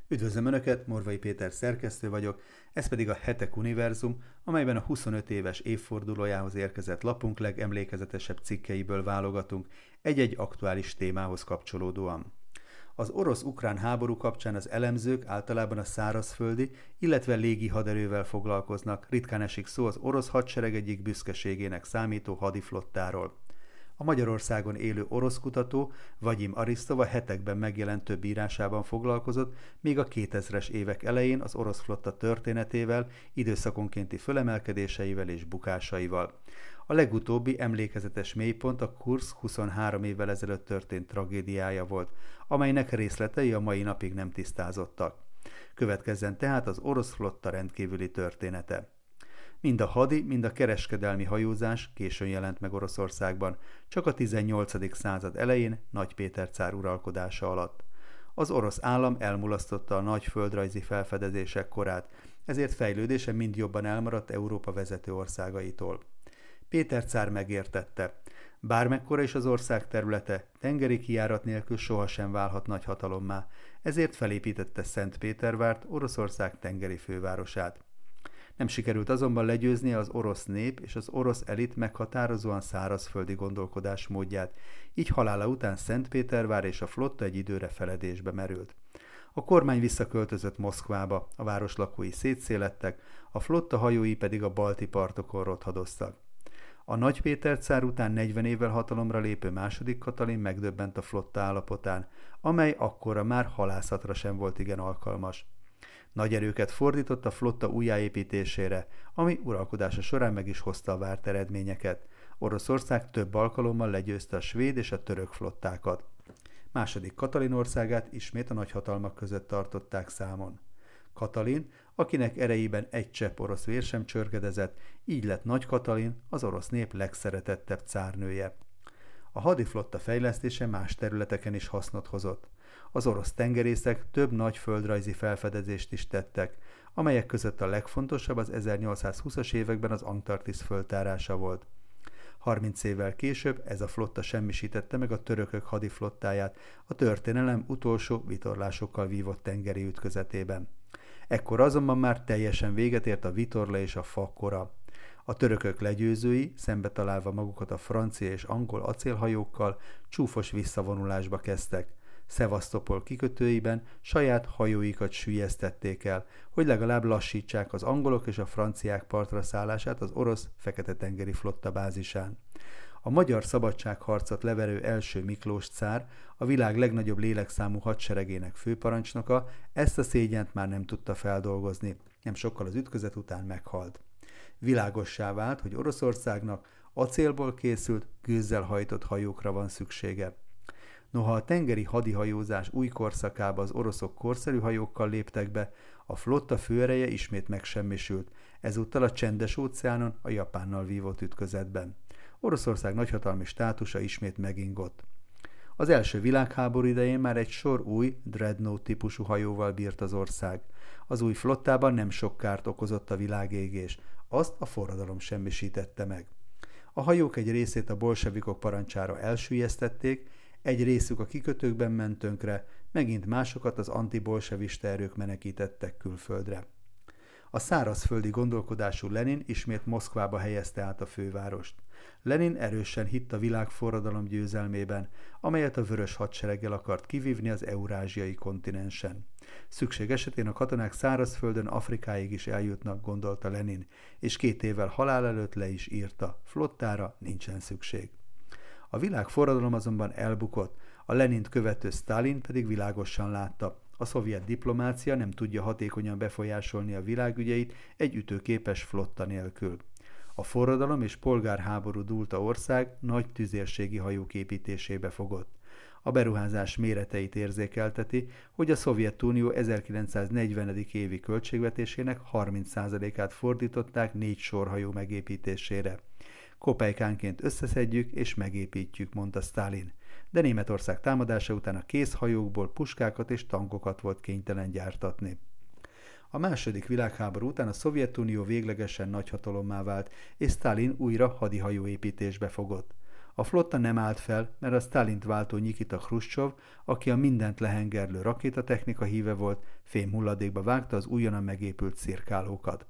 Üdvözlöm Önöket, Morvai Péter szerkesztő vagyok, ez pedig a Hetek Univerzum, amelyben a 25 éves évfordulójához érkezett lapunk legemlékezetesebb cikkeiből válogatunk egy-egy aktuális témához kapcsolódóan. Az orosz-ukrán háború kapcsán az elemzők általában a szárazföldi, illetve légi haderővel foglalkoznak, ritkán esik szó az orosz hadsereg egyik büszkeségének számító hadiflottáról. A Magyarországon élő orosz kutató Vagyim Arisztov a Hetekben megjelent több írásában foglalkozott, még a 2000-es évek elején az orosz flotta történetével, időszakonkénti fölemelkedéseivel és bukásaival. A legutóbbi emlékezetes mélypont a Kurszk 23 évvel ezelőtt történt tragédiája volt, amelynek részletei a mai napig nem tisztázottak. Következzen tehát az orosz flotta rendkívüli története. Mind a hadi, mind a kereskedelmi hajózás későn jelent meg Oroszországban, csak a 18. század elején Nagy Péter cár uralkodása alatt. Az orosz állam elmulasztotta a nagy földrajzi felfedezések korát, ezért fejlődése mind jobban elmaradt Európa vezető országaitól. Péter cár megértette, bármekkora is az ország területe, tengeri kijárat nélkül sohasem válhat nagy hatalommá, ezért felépítette Szentpétervárt, Oroszország tengeri fővárosát. Nem sikerült azonban legyőznie az orosz nép és az orosz elit meghatározóan szárazföldi gondolkodásmódját, így halála után Szentpétervár és a flotta egy időre feledésbe merült. A kormány visszaköltözött Moszkvába, a város lakói szétszélettek, a flotta hajói pedig a balti partokon rothadoztak. A Nagy Péter cár után 40 évvel hatalomra lépő második Katalin megdöbbent a flotta állapotán, amely akkorra már halászatra sem volt igen alkalmas. Nagy erőket fordított a flotta újjáépítésére, ami uralkodása során meg is hozta a várt eredményeket. Oroszország több alkalommal legyőzte a svéd és a török flottákat. Második Katalin országát ismét a nagyhatalmak között tartották számon. Katalin, akinek erejében egy csepp orosz vér sem csörgedezett, így lett Nagy Katalin, az orosz nép legszeretettebb cárnője. A hadiflotta fejlesztése más területeken is hasznot hozott. Az orosz tengerészek több nagy földrajzi felfedezést is tettek, amelyek között a legfontosabb az 1820-as években az Antarktisz föltárása volt. 30 évvel később ez a flotta semmisítette meg a törökök hadiflottáját a történelem utolsó vitorlásokkal vívott tengeri ütközetében. Ekkor azonban már teljesen véget ért a vitorla és a fa kora. A törökök legyőzői, szembe találva magukat a francia és angol acélhajókkal, csúfos visszavonulásba kezdtek. Szevasztopol kikötőiben saját hajóikat süllyesztették el, hogy legalább lassítsák az angolok és a franciák partra szállását az orosz Fekete-tengeri flotta bázisán. A magyar szabadságharcot leverő első Miklós cár, a világ legnagyobb lélekszámú hadseregének főparancsnoka, ezt a szégyent már nem tudta feldolgozni, nem sokkal az ütközet után meghalt. Világossá vált, hogy Oroszországnak acélból készült, gőzzel hajtott hajókra van szüksége. Noha a tengeri hadihajózás új korszakába az oroszok korszerű hajókkal léptek be, a flotta főereje ismét megsemmisült, ezúttal a Csendes-óceánon a Japánnal vívott ütközetben. Oroszország nagyhatalmi státusa ismét megingott. Az első világháború idején már egy sor új, dreadnought típusú hajóval bírt az ország. Az új flottában nem sok kárt okozott a világégés, azt a forradalom semmisítette meg. A hajók egy részét a bolsevikok parancsára elsüllyesztették, egy részük a kikötőkben ment tönkre, megint másokat az antibolsevista erők menekítettek külföldre. A szárazföldi gondolkodású Lenin ismét Moszkvába helyezte át a fővárost. Lenin erősen hitt a világforradalom győzelmében, amelyet a vörös hadsereggel akart kivívni az eurázsiai kontinensen. Szükség esetén a katonák szárazföldön Afrikáig is eljutnak, gondolta Lenin, és 2 évvel halál előtt le is írta, flottára nincsen szükség. A világforradalom azonban elbukott, a Lenint követő Sztálin pedig világosan látta, a szovjet diplomácia nem tudja hatékonyan befolyásolni a világügyeit egy ütőképes flotta nélkül. A forradalom és polgárháború dúlta ország nagy tüzérségi hajók építésébe fogott. A beruházás méreteit érzékelteti, hogy a Szovjetunió 1940. évi költségvetésének 30%-át fordították 4 sorhajó megépítésére. Kopejkánként összeszedjük és megépítjük, mondta Sztálin, de Németország támadása után a készhajókból puskákat és tankokat volt kénytelen gyártatni. A második világháború után a Szovjetunió véglegesen nagyhatalommá vált, és Sztálin újra hadihajóépítésbe fogott. A flotta nem állt fel, mert a Sztálint váltó Nyikita Hruscsov, aki a mindent lehengerlő rakétatechnika híve volt, fémhulladékba vágta az újonnan megépült cirkálókat.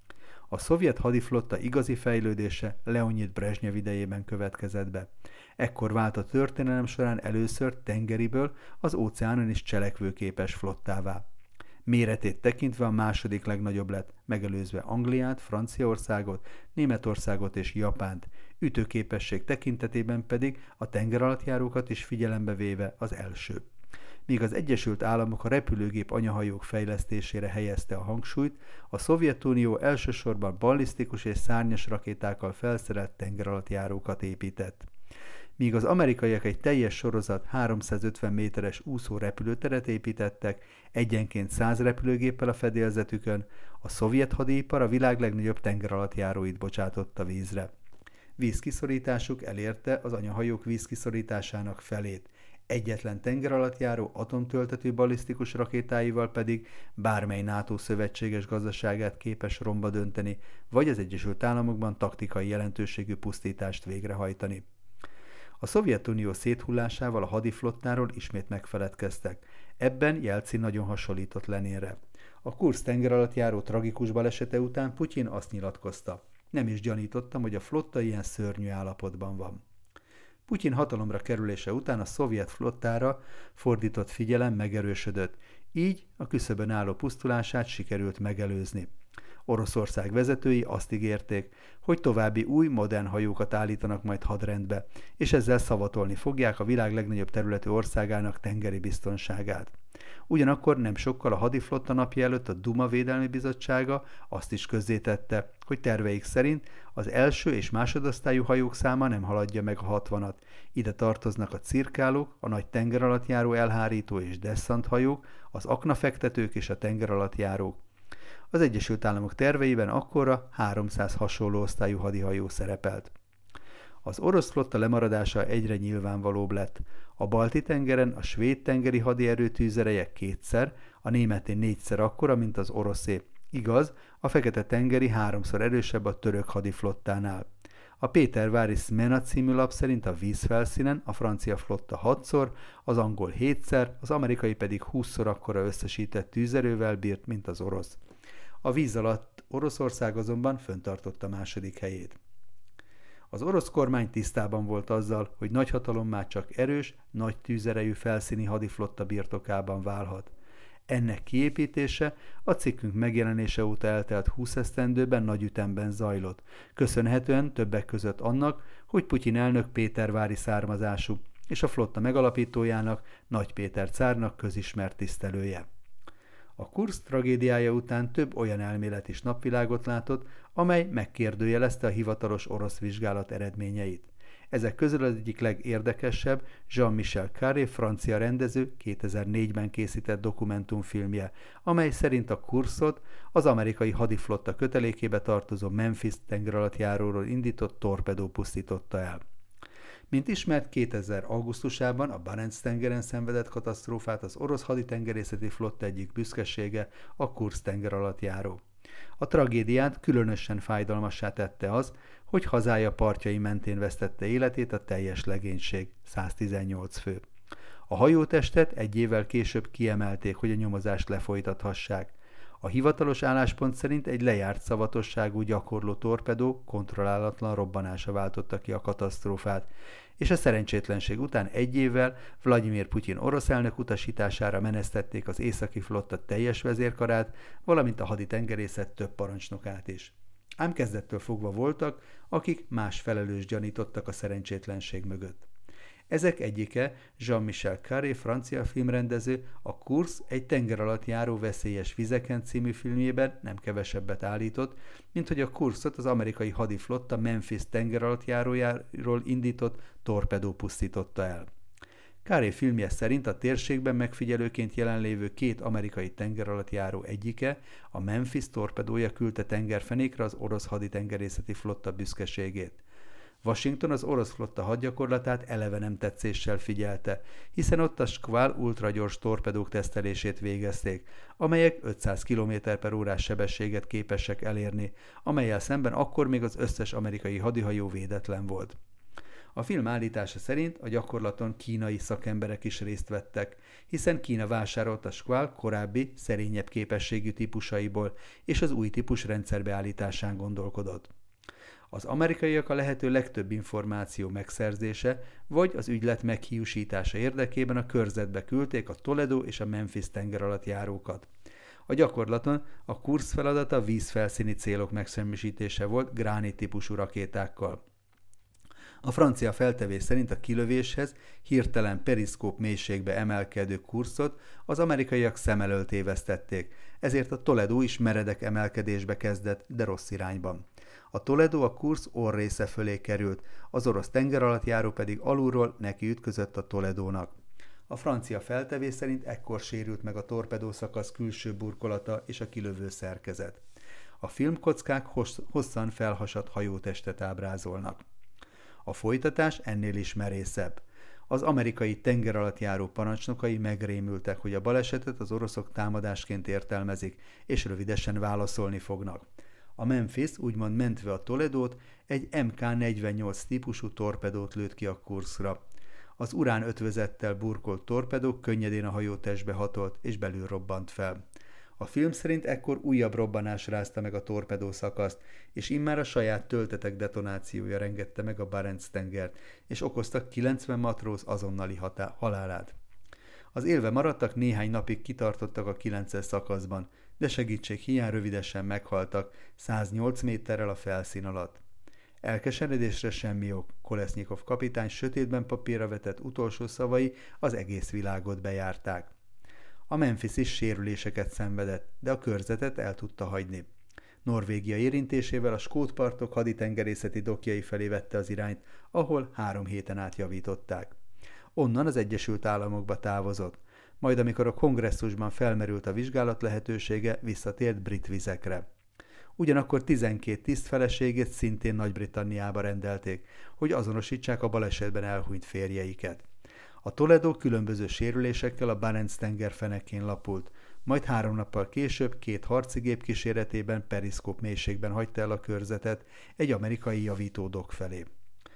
A szovjet hadiflotta igazi fejlődése Leonid Brezsnyev idejében következett be. Ekkor vált a történelem során először tengeriből az óceánon is cselekvőképes flottává. Méretét tekintve a második legnagyobb lett, megelőzve Angliát, Franciaországot, Németországot és Japánt, ütőképesség tekintetében pedig a tengeralattjárókat is figyelembe véve az első. Míg az Egyesült Államok a repülőgép anyahajók fejlesztésére helyezte a hangsúlyt, a Szovjetunió elsősorban ballisztikus és szárnyas rakétákkal felszerelt tengeralattjárókat épített. Míg az amerikaiak egy teljes sorozat 350 méteres úszó repülőteret építettek, egyenként 100 repülőgéppel a fedélzetükön, a szovjet hadipar a világ legnagyobb tengeralattjáróit bocsátotta vízre. Vízkiszorításuk elérte az anyahajók vízkiszorításának felét, egyetlen tengeralattjáró atomtöltető ballisztikus rakétáival pedig bármely NATO szövetséges gazdaságát képes romba dönteni, vagy az Egyesült Államokban taktikai jelentőségű pusztítást végrehajtani. A Szovjetunió széthullásával a hadiflottáról ismét megfeledkeztek. Ebben Jelcin nagyon hasonlított Leninre. A Kurszk tengeralattjáró tragikus balesete után Putyin azt nyilatkozta: nem is gyanítottam, hogy a flotta ilyen szörnyű állapotban van. Putyin hatalomra kerülése után a szovjet flottára fordított figyelem megerősödött, így a küszöbön álló pusztulását sikerült megelőzni. Oroszország vezetői azt ígérték, hogy további új, modern hajókat állítanak majd hadrendbe, és ezzel szavatolni fogják a világ legnagyobb területű országának tengeri biztonságát. Ugyanakkor nem sokkal a hadiflotta napja előtt a Duma Védelmi Bizottsága azt is közzétette, hogy terveik szerint az első és másodosztályú hajók száma nem haladja meg a 60-at. Ide tartoznak a cirkálók, a nagy tengeralattjáró elhárító és desszant hajók, az aknafektetők és a tengeralattjárók. Az Egyesült Államok terveiben akkorra 300 hasonló osztályú hadihajó szerepelt. Az orosz flotta lemaradása egyre nyilvánvalóbb lett. A Balti-tengeren a svéd tengeri hadierő tűzereje 2-szer, a németén 4-szer akkora, mint az oroszé. Igaz, a Fekete-tengeri 3-szor erősebb a török hadiflottánál. A Pétervári Smena című lap szerint a vízfelszínen a francia flotta 6-szor, az angol 7-szer, az amerikai pedig 20-szor akkora összesített tűzerővel bírt, mint az orosz. A víz alatt Oroszország azonban fenntartotta második helyét. Az orosz kormány tisztában volt azzal, hogy nagyhatalommá csak erős, nagy tűzerejű felszíni hadiflotta birtokában válhat. Ennek kiépítése a cikkünk megjelenése óta eltelt 20 esztendőben nagy ütemben zajlott, köszönhetően többek között annak, hogy Putyin elnök pétervári származású, és a flotta megalapítójának, Nagy Péter cárnak közismert tisztelője. A Kurszk tragédiája után több olyan elmélet is napvilágot látott, amely megkérdőjelezte a hivatalos orosz vizsgálat eredményeit. Ezek közül az egyik legérdekesebb Jean-Michel Carré francia rendező 2004-ben készített dokumentumfilmje, amely szerint a Kurszkot az amerikai hadiflotta kötelékébe tartozó Memphis tengeralattjáróról indított torpedó pusztította el. Mint ismert, 2000. augusztusában a Barents-tengeren szenvedett katasztrófát az orosz haditengerészeti flotta egyik büszkesége, a Kurszk tengeralattjáró. A tragédiát különösen fájdalmassá tette az, hogy hazája partjai mentén vesztette életét a teljes legénység, 118 fő. A hajótestet egy évvel később kiemelték, hogy a nyomozást lefolytathassák. A hivatalos álláspont szerint egy lejárt szavatosságú gyakorló torpedó kontrollálatlan robbanása váltotta ki a katasztrófát, és a szerencsétlenség után egy évvel Vladimir Putyin orosz elnök utasítására menesztették az északi flotta teljes vezérkarát, valamint a haditengerészet több parancsnokát is. Ám kezdettől fogva voltak, akik más felelős gyanítottak a szerencsétlenség mögött. Ezek egyike Jean-Michel Carré francia filmrendező a Kurszk egy tengeralattjáró veszélyes vizeken című filmjében nem kevesebbet állított, mint hogy a Kurszkot az amerikai hadiflotta Memphis tengeralattjárójáról indított torpedó pusztította el. Carré filmje szerint a térségben megfigyelőként jelenlévő 2 amerikai tengeralattjáró egyike, a Memphis torpedója küldte tengerfenékre az orosz haditengerészeti flotta büszkeségét. Washington az orosz flotta hadgyakorlatát eleve nem tetszéssel figyelte, hiszen ott a Škval ultragyors torpedók tesztelését végezték, amelyek 500 km/h sebességet képesek elérni, amellyel szemben akkor még az összes amerikai hadihajó védetlen volt. A film állítása szerint a gyakorlaton kínai szakemberek is részt vettek, hiszen Kína vásárolt a Squall korábbi, szerényebb képességű típusaiból, és az új típus rendszerbeállításán gondolkodott. Az amerikaiak a lehető legtöbb információ megszerzése, vagy az ügylet meghiúsítása érdekében a körzetbe küldték a Toledo és a Memphis tengeralattjárókat. A gyakorlaton a Kursz feladata vízfelszíni célok megsemmisítése volt Granit típusú rakétákkal. A francia feltevés szerint a kilövéshez hirtelen periszkóp mélységbe emelkedő Kurszot az amerikaiak szem elől tévesztették, ezért a Toledo is meredek emelkedésbe kezdett, de rossz irányban. A Toledo a Kursz orrésze fölé került, az orosz tengeralattjáró pedig alulról neki ütközött a Toledónak. A francia feltevés szerint ekkor sérült meg a torpedószakasz külső burkolata és a kilövő szerkezet. A filmkockák hosszan felhasadt hajótestet ábrázolnak. A folytatás ennél is merészebb. Az amerikai tengeralattjáró parancsnokai megrémültek, hogy a balesetet az oroszok támadásként értelmezik, és rövidesen válaszolni fognak. A Memphis úgymond mentve a Toledót egy MK-48 típusú torpedót lőtt ki a Kurszra. Az urán ötvözettel burkolt torpedók könnyedén a hajótestbe hatolt és belül robbant fel. A film szerint ekkor újabb robbanás rázta meg a torpedószakaszt, és immár a saját töltetek detonációja rengette meg a Barents-tengert, és okozta 90 matróz azonnali halálát. Az élve maradtak néhány napig kitartottak a 9-es szakaszban, de segítség hiány rövidesen meghaltak 108 méterrel a felszín alatt. Elkeseredésre semmi ok, Kolesznyikov kapitány sötétben papírra vetett utolsó szavai az egész világot bejárták. A Memphis is sérüléseket szenvedett, de a körzetet el tudta hagyni. Norvégia érintésével a skót partok haditengerészeti dokkjai felé vette az irányt, ahol 3 héten át javították. Onnan az Egyesült Államokba távozott, majd amikor a kongresszusban felmerült a vizsgálat lehetősége, visszatért brit vizekre. Ugyanakkor 12 tisztfeleségét szintén Nagy-Britanniába rendelték, hogy azonosítsák a balesetben elhunyt férjeiket. A Toledo különböző sérülésekkel a Barents-tenger fenekén lapult, majd 3 nappal később 2 harci gép kíséretében periszkóp mélységben hagyta el a körzetet egy amerikai javítódok felé.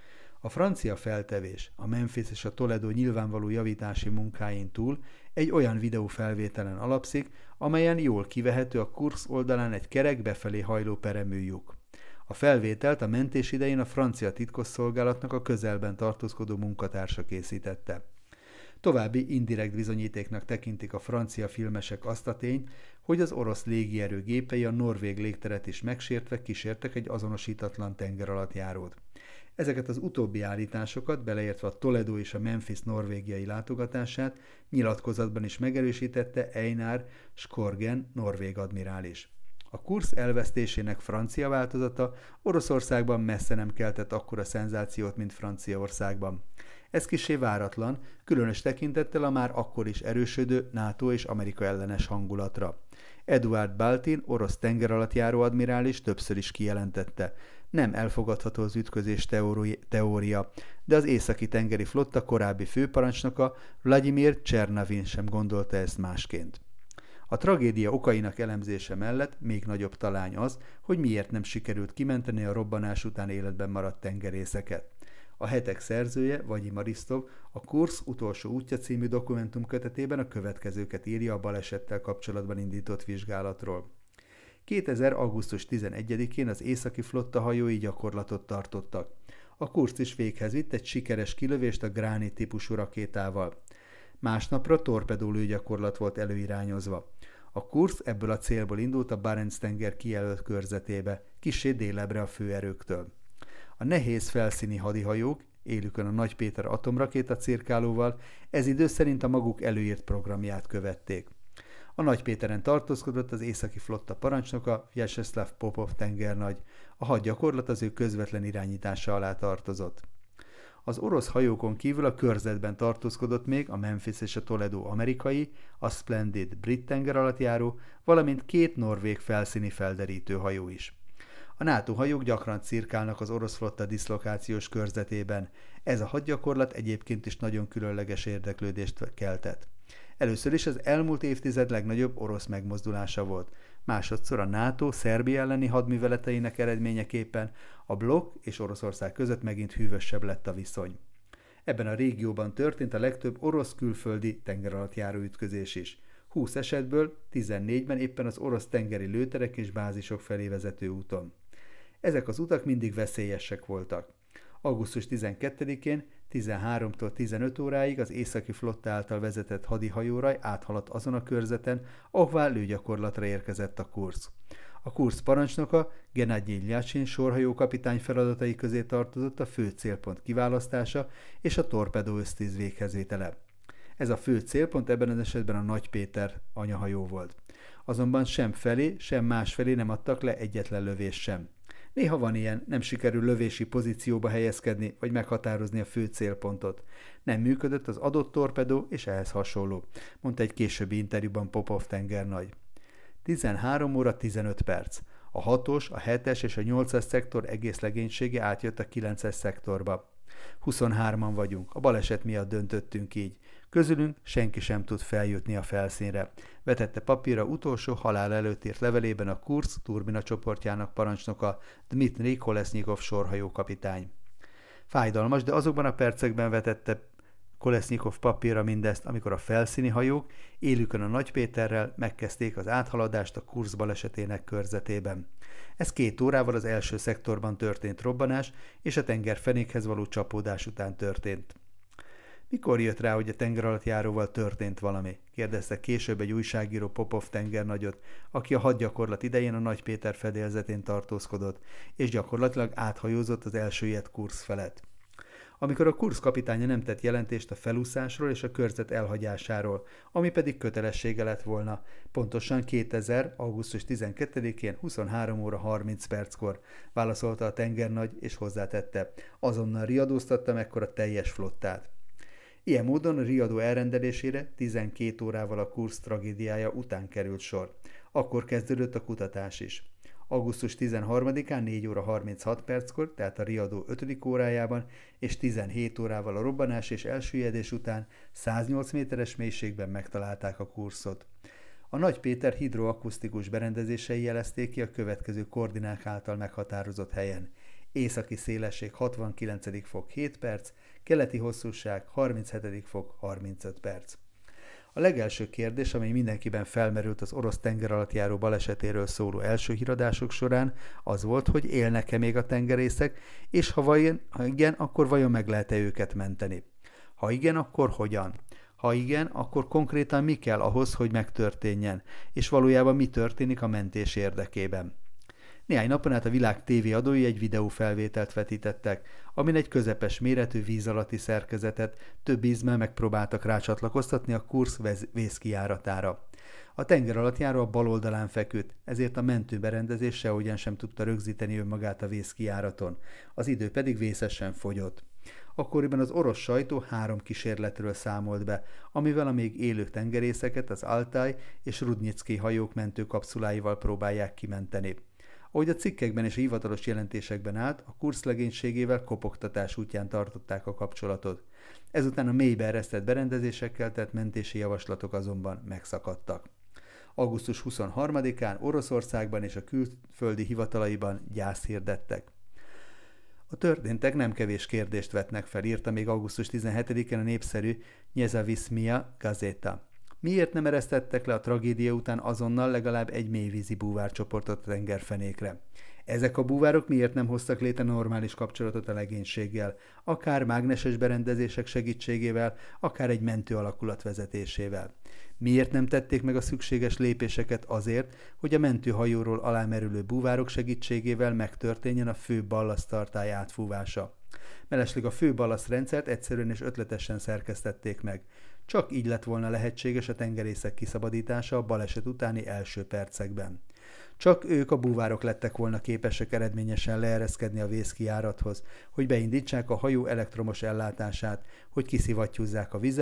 A francia feltevés, a Memphis és a Toledo nyilvánvaló javítási munkáin túl egy olyan videófelvételen alapszik, amelyen jól kivehető a Kursz oldalán egy kerek befelé hajló peremű lyuk. A felvételt a mentés idején a francia titkosszolgálatnak a közelben tartózkodó munkatársa készítette. További indirekt bizonyítéknak tekintik a francia filmesek azt a tényt, hogy az orosz légierő gépei a norvég légteret is megsértve kísértek egy azonosítatlan tengeralattjárót. Ezeket az utóbbi állításokat, beleértve a Toledo és a Memphis norvégiai látogatását, nyilatkozatban is megerősítette Einar Skorgen norvég admirális. A Kursz elvesztésének francia változata Oroszországban messze nem keltett akkora szenzációt, mint Franciaországban. Ez kissé váratlan, különös tekintettel a már akkor is erősödő NATO és Amerika ellenes hangulatra. Eduard Baltin, orosz tengeralattjáró admirális többször is kijelentette: nem elfogadható az ütközés teória, de az északi tengeri flotta korábbi főparancsnoka Vladimir Csernavin sem gondolta ezt másként. A tragédia okainak elemzése mellett még nagyobb talány az, hogy miért nem sikerült kimenteni a robbanás után életben maradt tengerészeket. A Hetek szerzője, Vagyi Arisztov, a Kursz utolsó útja című dokumentum kötetében a következőket írja a balesettel kapcsolatban indított vizsgálatról. 2000. augusztus 11-én az északi flotta hajói gyakorlatot tartottak. A Kursz is véghez vitt egy sikeres kilövést a Granit típusú rakétával. Másnapra torpedólőgyakorlat volt előirányozva. A Kursz ebből a célból indult a Barents-tenger kijelölt körzetébe, kissé délebbre a főerőktől. A nehéz felszíni hadihajók, élükön a Nagy Péter atomrakéta cirkálóval, ez idő szerint a maguk előírt programját követték. A Nagy Péteren tartózkodott az északi flotta parancsnoka, Vyacheslav Popov tengernagy, a hadgyakorlat az ő közvetlen irányítása alá tartozott. Az orosz hajókon kívül a körzetben tartózkodott még a Memphis és a Toledo amerikai, a Splendid brit tengeralattjáró, valamint 2 norvég felszíni felderítő hajó is. A NATO hajók gyakran cirkálnak az orosz flotta diszlokációs körzetében. Ez a hadgyakorlat egyébként is nagyon különleges érdeklődést keltett. Először is az elmúlt évtized legnagyobb orosz megmozdulása volt. Másodszor a NATO Szerbia elleni hadműveleteinek eredményeképpen a blokk és Oroszország között megint hűvösebb lett a viszony. Ebben a régióban történt a legtöbb orosz külföldi tengeralattjáró ütközés is. 20 esetből 14-ben éppen az orosz tengeri lőterek és bázisok felé vezető úton. Ezek az utak mindig veszélyesek voltak. Augusztus 12-én 13-tól 15 óráig az északi flotta által vezetett hadihajóra áthaladt azon a körzeten, ahová lőgyakorlatra érkezett a Kursz. A Kursz parancsnoka, Gennadij Iljacsin sorhajókapitány feladatai közé tartozott a fő célpont kiválasztása és a torpedó ösztíz véghezvétele. Ez a fő célpont ebben az esetben a Nagy Péter anyahajó volt. Azonban sem felé, sem másfelé nem adtak le egyetlen lövést sem. Néha van ilyen, nem sikerül lövési pozícióba helyezkedni, vagy meghatározni a fő célpontot. Nem működött az adott torpedó, és ehhez hasonló, mondta egy későbbi interjúban Popov tengernagy. 13 óra 15 perc. A 6-os, a 7-es és a 8-as szektor egész legénysége átjött a 9-es szektorba. 23-an vagyunk, a baleset miatt döntöttünk így. Közülünk senki sem tud feljutni a felszínre. Vetette papírra utolsó halál előtt írt levelében a Kursz turbina csoportjának parancsnoka Dmitri Kolesznyikov sorhajókapitány. Fájdalmas, de azokban a percekben vetette Kolesznyikov papírra mindezt, amikor a felszíni hajók élükön a Nagy Péterrel megkezdték az áthaladást a Kursz balesetének körzetében. Ez 2 órával az első szektorban történt robbanás és a tengerfenékhez való csapódás után történt. Mikor jött rá, hogy a tengeralattjáróval történt valami? Kérdezte később egy újságíró Popov tengernagyot, aki a hadgyakorlat idején a Nagy Péter fedélzetén tartózkodott, és gyakorlatilag áthajózott az elsüllyedt Kursz felett. Amikor a Kursz kapitánya nem tett jelentést a felúszásról és a körzet elhagyásáról, ami pedig kötelessége lett volna, pontosan 2000. augusztus 12-én 23 óra 30 perckor, válaszolta a tengernagy és hozzátette, azonnal riadóztatta mekkor a teljes flottát. Ilyen módon a riadó elrendelésére 12 órával a Kursz tragédiája után került sor. Akkor kezdődött a kutatás is. Augusztus 13-án 4 óra 36 perckor, tehát a riadó 5. órájában, és 17 órával a robbanás és elsüllyedés után 108 méteres mélységben megtalálták a Kurszot. A Nagy Péter hidroakusztikus berendezései jelezték ki a következő koordinák által meghatározott helyen. Északi szélesség 69. fok 7 perc, keleti hosszúság 37. fok 35 perc. A legelső kérdés, amely mindenkiben felmerült az orosz tengeralattjáró balesetéről szóló első híradások során, az volt, hogy élnek-e még a tengerészek, és ha igen, akkor vajon meg lehet-e őket menteni? Ha igen, akkor hogyan? Ha igen, akkor konkrétan mi kell ahhoz, hogy megtörténjen, és valójában mi történik a mentés érdekében? Néhány napon át a Világ TV adói egy videófelvételt vetítettek, amin egy közepes méretű víz alatti szerkezetet több ízmel megpróbáltak rácsatlakoztatni a Kursz vészkijáratára. A tengeralattjáró a bal oldalán feküdt, ezért a mentőberendezés sehogyan sem tudta rögzíteni önmagát a vészkijáraton, az idő pedig vészesen fogyott. Akkoriban az orosz sajtó 3 kísérletről számolt be, amivel a még élő tengerészeket az Altaj és Rudnyicki hajók mentőkapszuláival próbálják kimenteni. Ahogy a cikkekben és a hivatalos jelentésekben állt, a Kursz legénységével kopogtatás útján tartották a kapcsolatot. Ezután a mélybe eresztett berendezésekkel tett mentési javaslatok azonban megszakadtak. Augusztus 23-án Oroszországban és a külföldi hivatalaiban gyászt hirdettek. A történtek nem kevés kérdést vetnek fel, írta még augusztus 17-én a népszerű Nyezavismia gazeta. Miért nem eresztettek le a tragédia után azonnal legalább egy mélyvízi búvárcsoportot a tengerfenékre? Ezek a búvárok miért nem hoztak létre normális kapcsolatot a legénységgel, akár mágneses berendezések segítségével, akár egy mentő alakulat vezetésével? Miért nem tették meg a szükséges lépéseket azért, hogy a mentőhajóról alámerülő búvárok segítségével megtörténjen a fő ballasztartály átfúvása? Mellesleg a fő ballasztrendszert egyszerűen és ötletesen szerkesztették meg. Csak így lett volna lehetséges a tengerészek kiszabadítása a baleset utáni első percekben. Csak ők a búvárok lettek volna képesek eredményesen leereszkedni a vészkijárathoz, hogy beindítsák a hajó elektromos ellátását, hogy kiszivattyúzzák a vizet,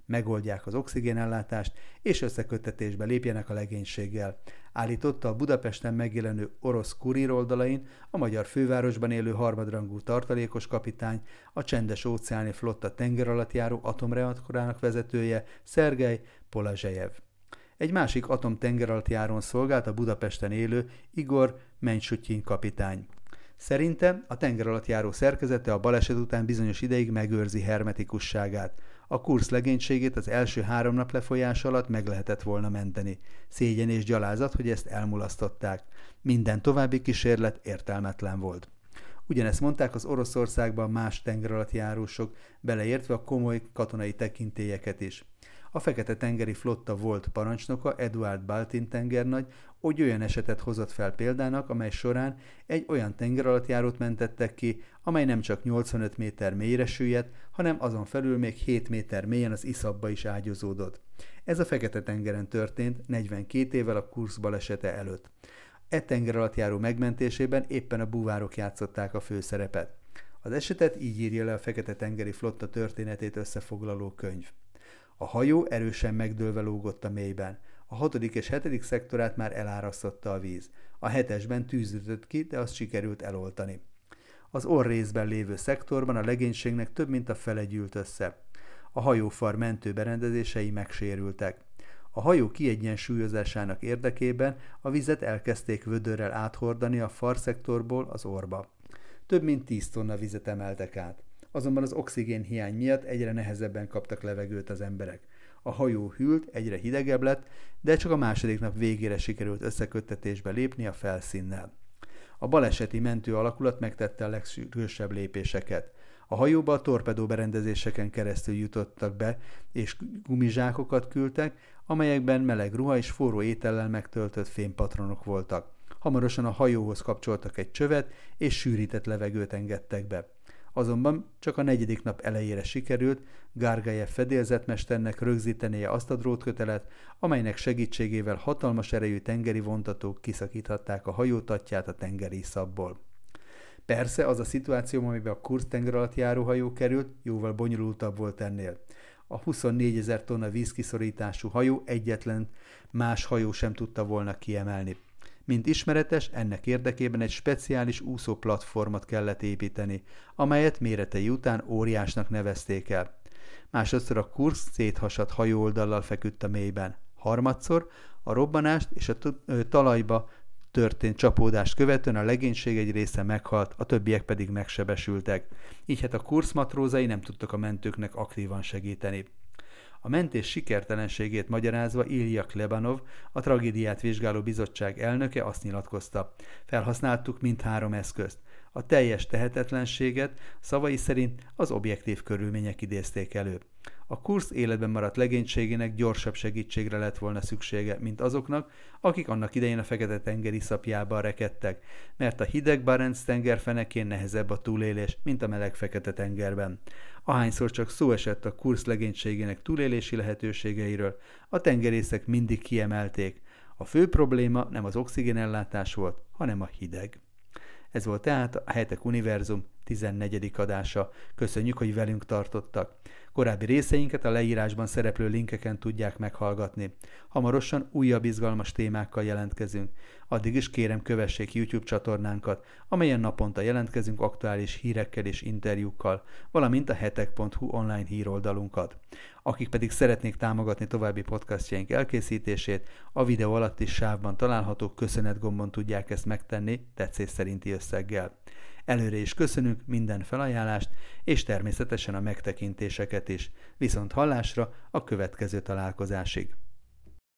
megoldják az oxigénellátást, és összeköttetésbe lépjenek a legénységgel. Állította a Budapesten megjelenő orosz Kurír oldalain a magyar fővárosban élő harmadrangú tartalékos kapitány, a Csendes-óceáni flotta tengeralattjáró atomreaktorának vezetője, Szergej Polazsejev. Egy másik atomtengeralattjárón szolgált a Budapesten élő Igor Menysutyin kapitány. Szerinte a tengeralattjáró szerkezete a baleset után bizonyos ideig megőrzi hermetikusságát. A Kursz legénységét az első 3 nap lefolyása alatt meg lehetett volna menteni. Szégyen és gyalázat, hogy ezt elmulasztották. Minden további kísérlet értelmetlen volt. Ugyanezt mondták az Oroszországban más tengeralattjárósok, beleértve a komoly katonai tekintélyeket is. A Fekete-tengeri flotta volt parancsnoka, Eduard Baltin tengernagy, hogy olyan esetet hozott fel példának, amely során egy olyan tengeralattjárót mentettek ki, amely nem csak 85 méter mélyre süllyedt, hanem azon felül még 7 méter mélyen az iszapba is ágyazódott. Ez a Fekete-tengeren történt 42 évvel a Kursz balesete előtt. E tengeralattjáró megmentésében éppen a búvárok játszották a főszerepet. Az esetet így írja le a Fekete-tengeri flotta történetét összefoglaló könyv. A hajó erősen megdőlve lógott a mélyben. A 6. és 7. szektorát már elárasztotta a víz. A 7-esben tűz ütött ki, de azt sikerült eloltani. Az orr-részben lévő szektorban a legénységnek több mint a fele gyűlt össze. A hajófar mentő berendezései megsérültek. A hajó kiegyensúlyozásának érdekében a vizet elkezdték vödörrel áthordani a farszektorból az orrba. Több mint 10 tonna vizet emeltek át. Azonban az oxigén hiány miatt egyre nehezebben kaptak levegőt az emberek. A hajó hűlt, egyre hidegebb lett, de csak a második nap végére sikerült összeköttetésbe lépni a felszínnel. A baleseti mentő alakulat megtette a legsürgősebb lépéseket. A hajóba a torpedóberendezéseken keresztül jutottak be, és gumizsákokat küldtek, amelyekben meleg ruha és forró étellel megtöltött fémpatronok voltak. Hamarosan a hajóhoz kapcsoltak egy csövet, és sűrített levegőt engedtek be. Azonban csak a 4. nap elejére sikerült Gargajev fedélzetmesternek rögzítenie azt a drótkötelet, amelynek segítségével hatalmas erejű tengeri vontatók kiszakíthatták a hajó tatját a tengeri iszapból. Persze az a szituáció, amiben a Kursz tengeralattjáró hajó került, jóval bonyolultabb volt ennél. A 24 000 tonna vízkiszorítású hajó egyetlen más hajó sem tudta volna kiemelni. Mint ismeretes, ennek érdekében egy speciális úszó platformot kellett építeni, amelyet méretei után óriásnak nevezték el. Másodszor a Kursz széthasadt hajóoldallal feküdt a mélyben. Harmadszor a robbanást és a talajba történt csapódást követően a legénység egy része meghalt, a többiek pedig megsebesültek. Így hát a Kursz matrózai nem tudtak a mentőknek aktívan segíteni. A mentés sikertelenségét magyarázva Ilja Klebanov, a tragédiát vizsgáló bizottság elnöke azt nyilatkozta: felhasználtuk mindhárom eszközt. A teljes tehetetlenséget szavai szerint az objektív körülmények idézték elő. A Kursz életben maradt legénységének gyorsabb segítségre lett volna szüksége, mint azoknak, akik annak idején a Fekete-tenger iszapjában rekedtek, mert a hideg Barents-tenger fenekén nehezebb a túlélés, mint a meleg Fekete-tengerben. Ahányszor csak szó esett a Kursz legénységének túlélési lehetőségeiről, a tengerészek mindig kiemelték: a fő probléma nem az oxigénellátás volt, hanem a hideg. Ez volt tehát a Hetek Univerzum 14. adása. Köszönjük, hogy velünk tartottak. Korábbi részeinket a leírásban szereplő linkeken tudják meghallgatni. Hamarosan újabb izgalmas témákkal jelentkezünk. Addig is kérem, kövessék YouTube csatornánkat, amelyen naponta jelentkezünk aktuális hírekkel és interjúkkal, valamint a hetek.hu online híroldalunkat. Akik pedig szeretnék támogatni további podcastjaink elkészítését, a videó alatti sávban található köszönetgombon tudják ezt megtenni tetszés szerinti összeggel. Előre is köszönünk minden felajánlást, és természetesen a megtekintéseket is. Viszont hallásra a következő találkozásig.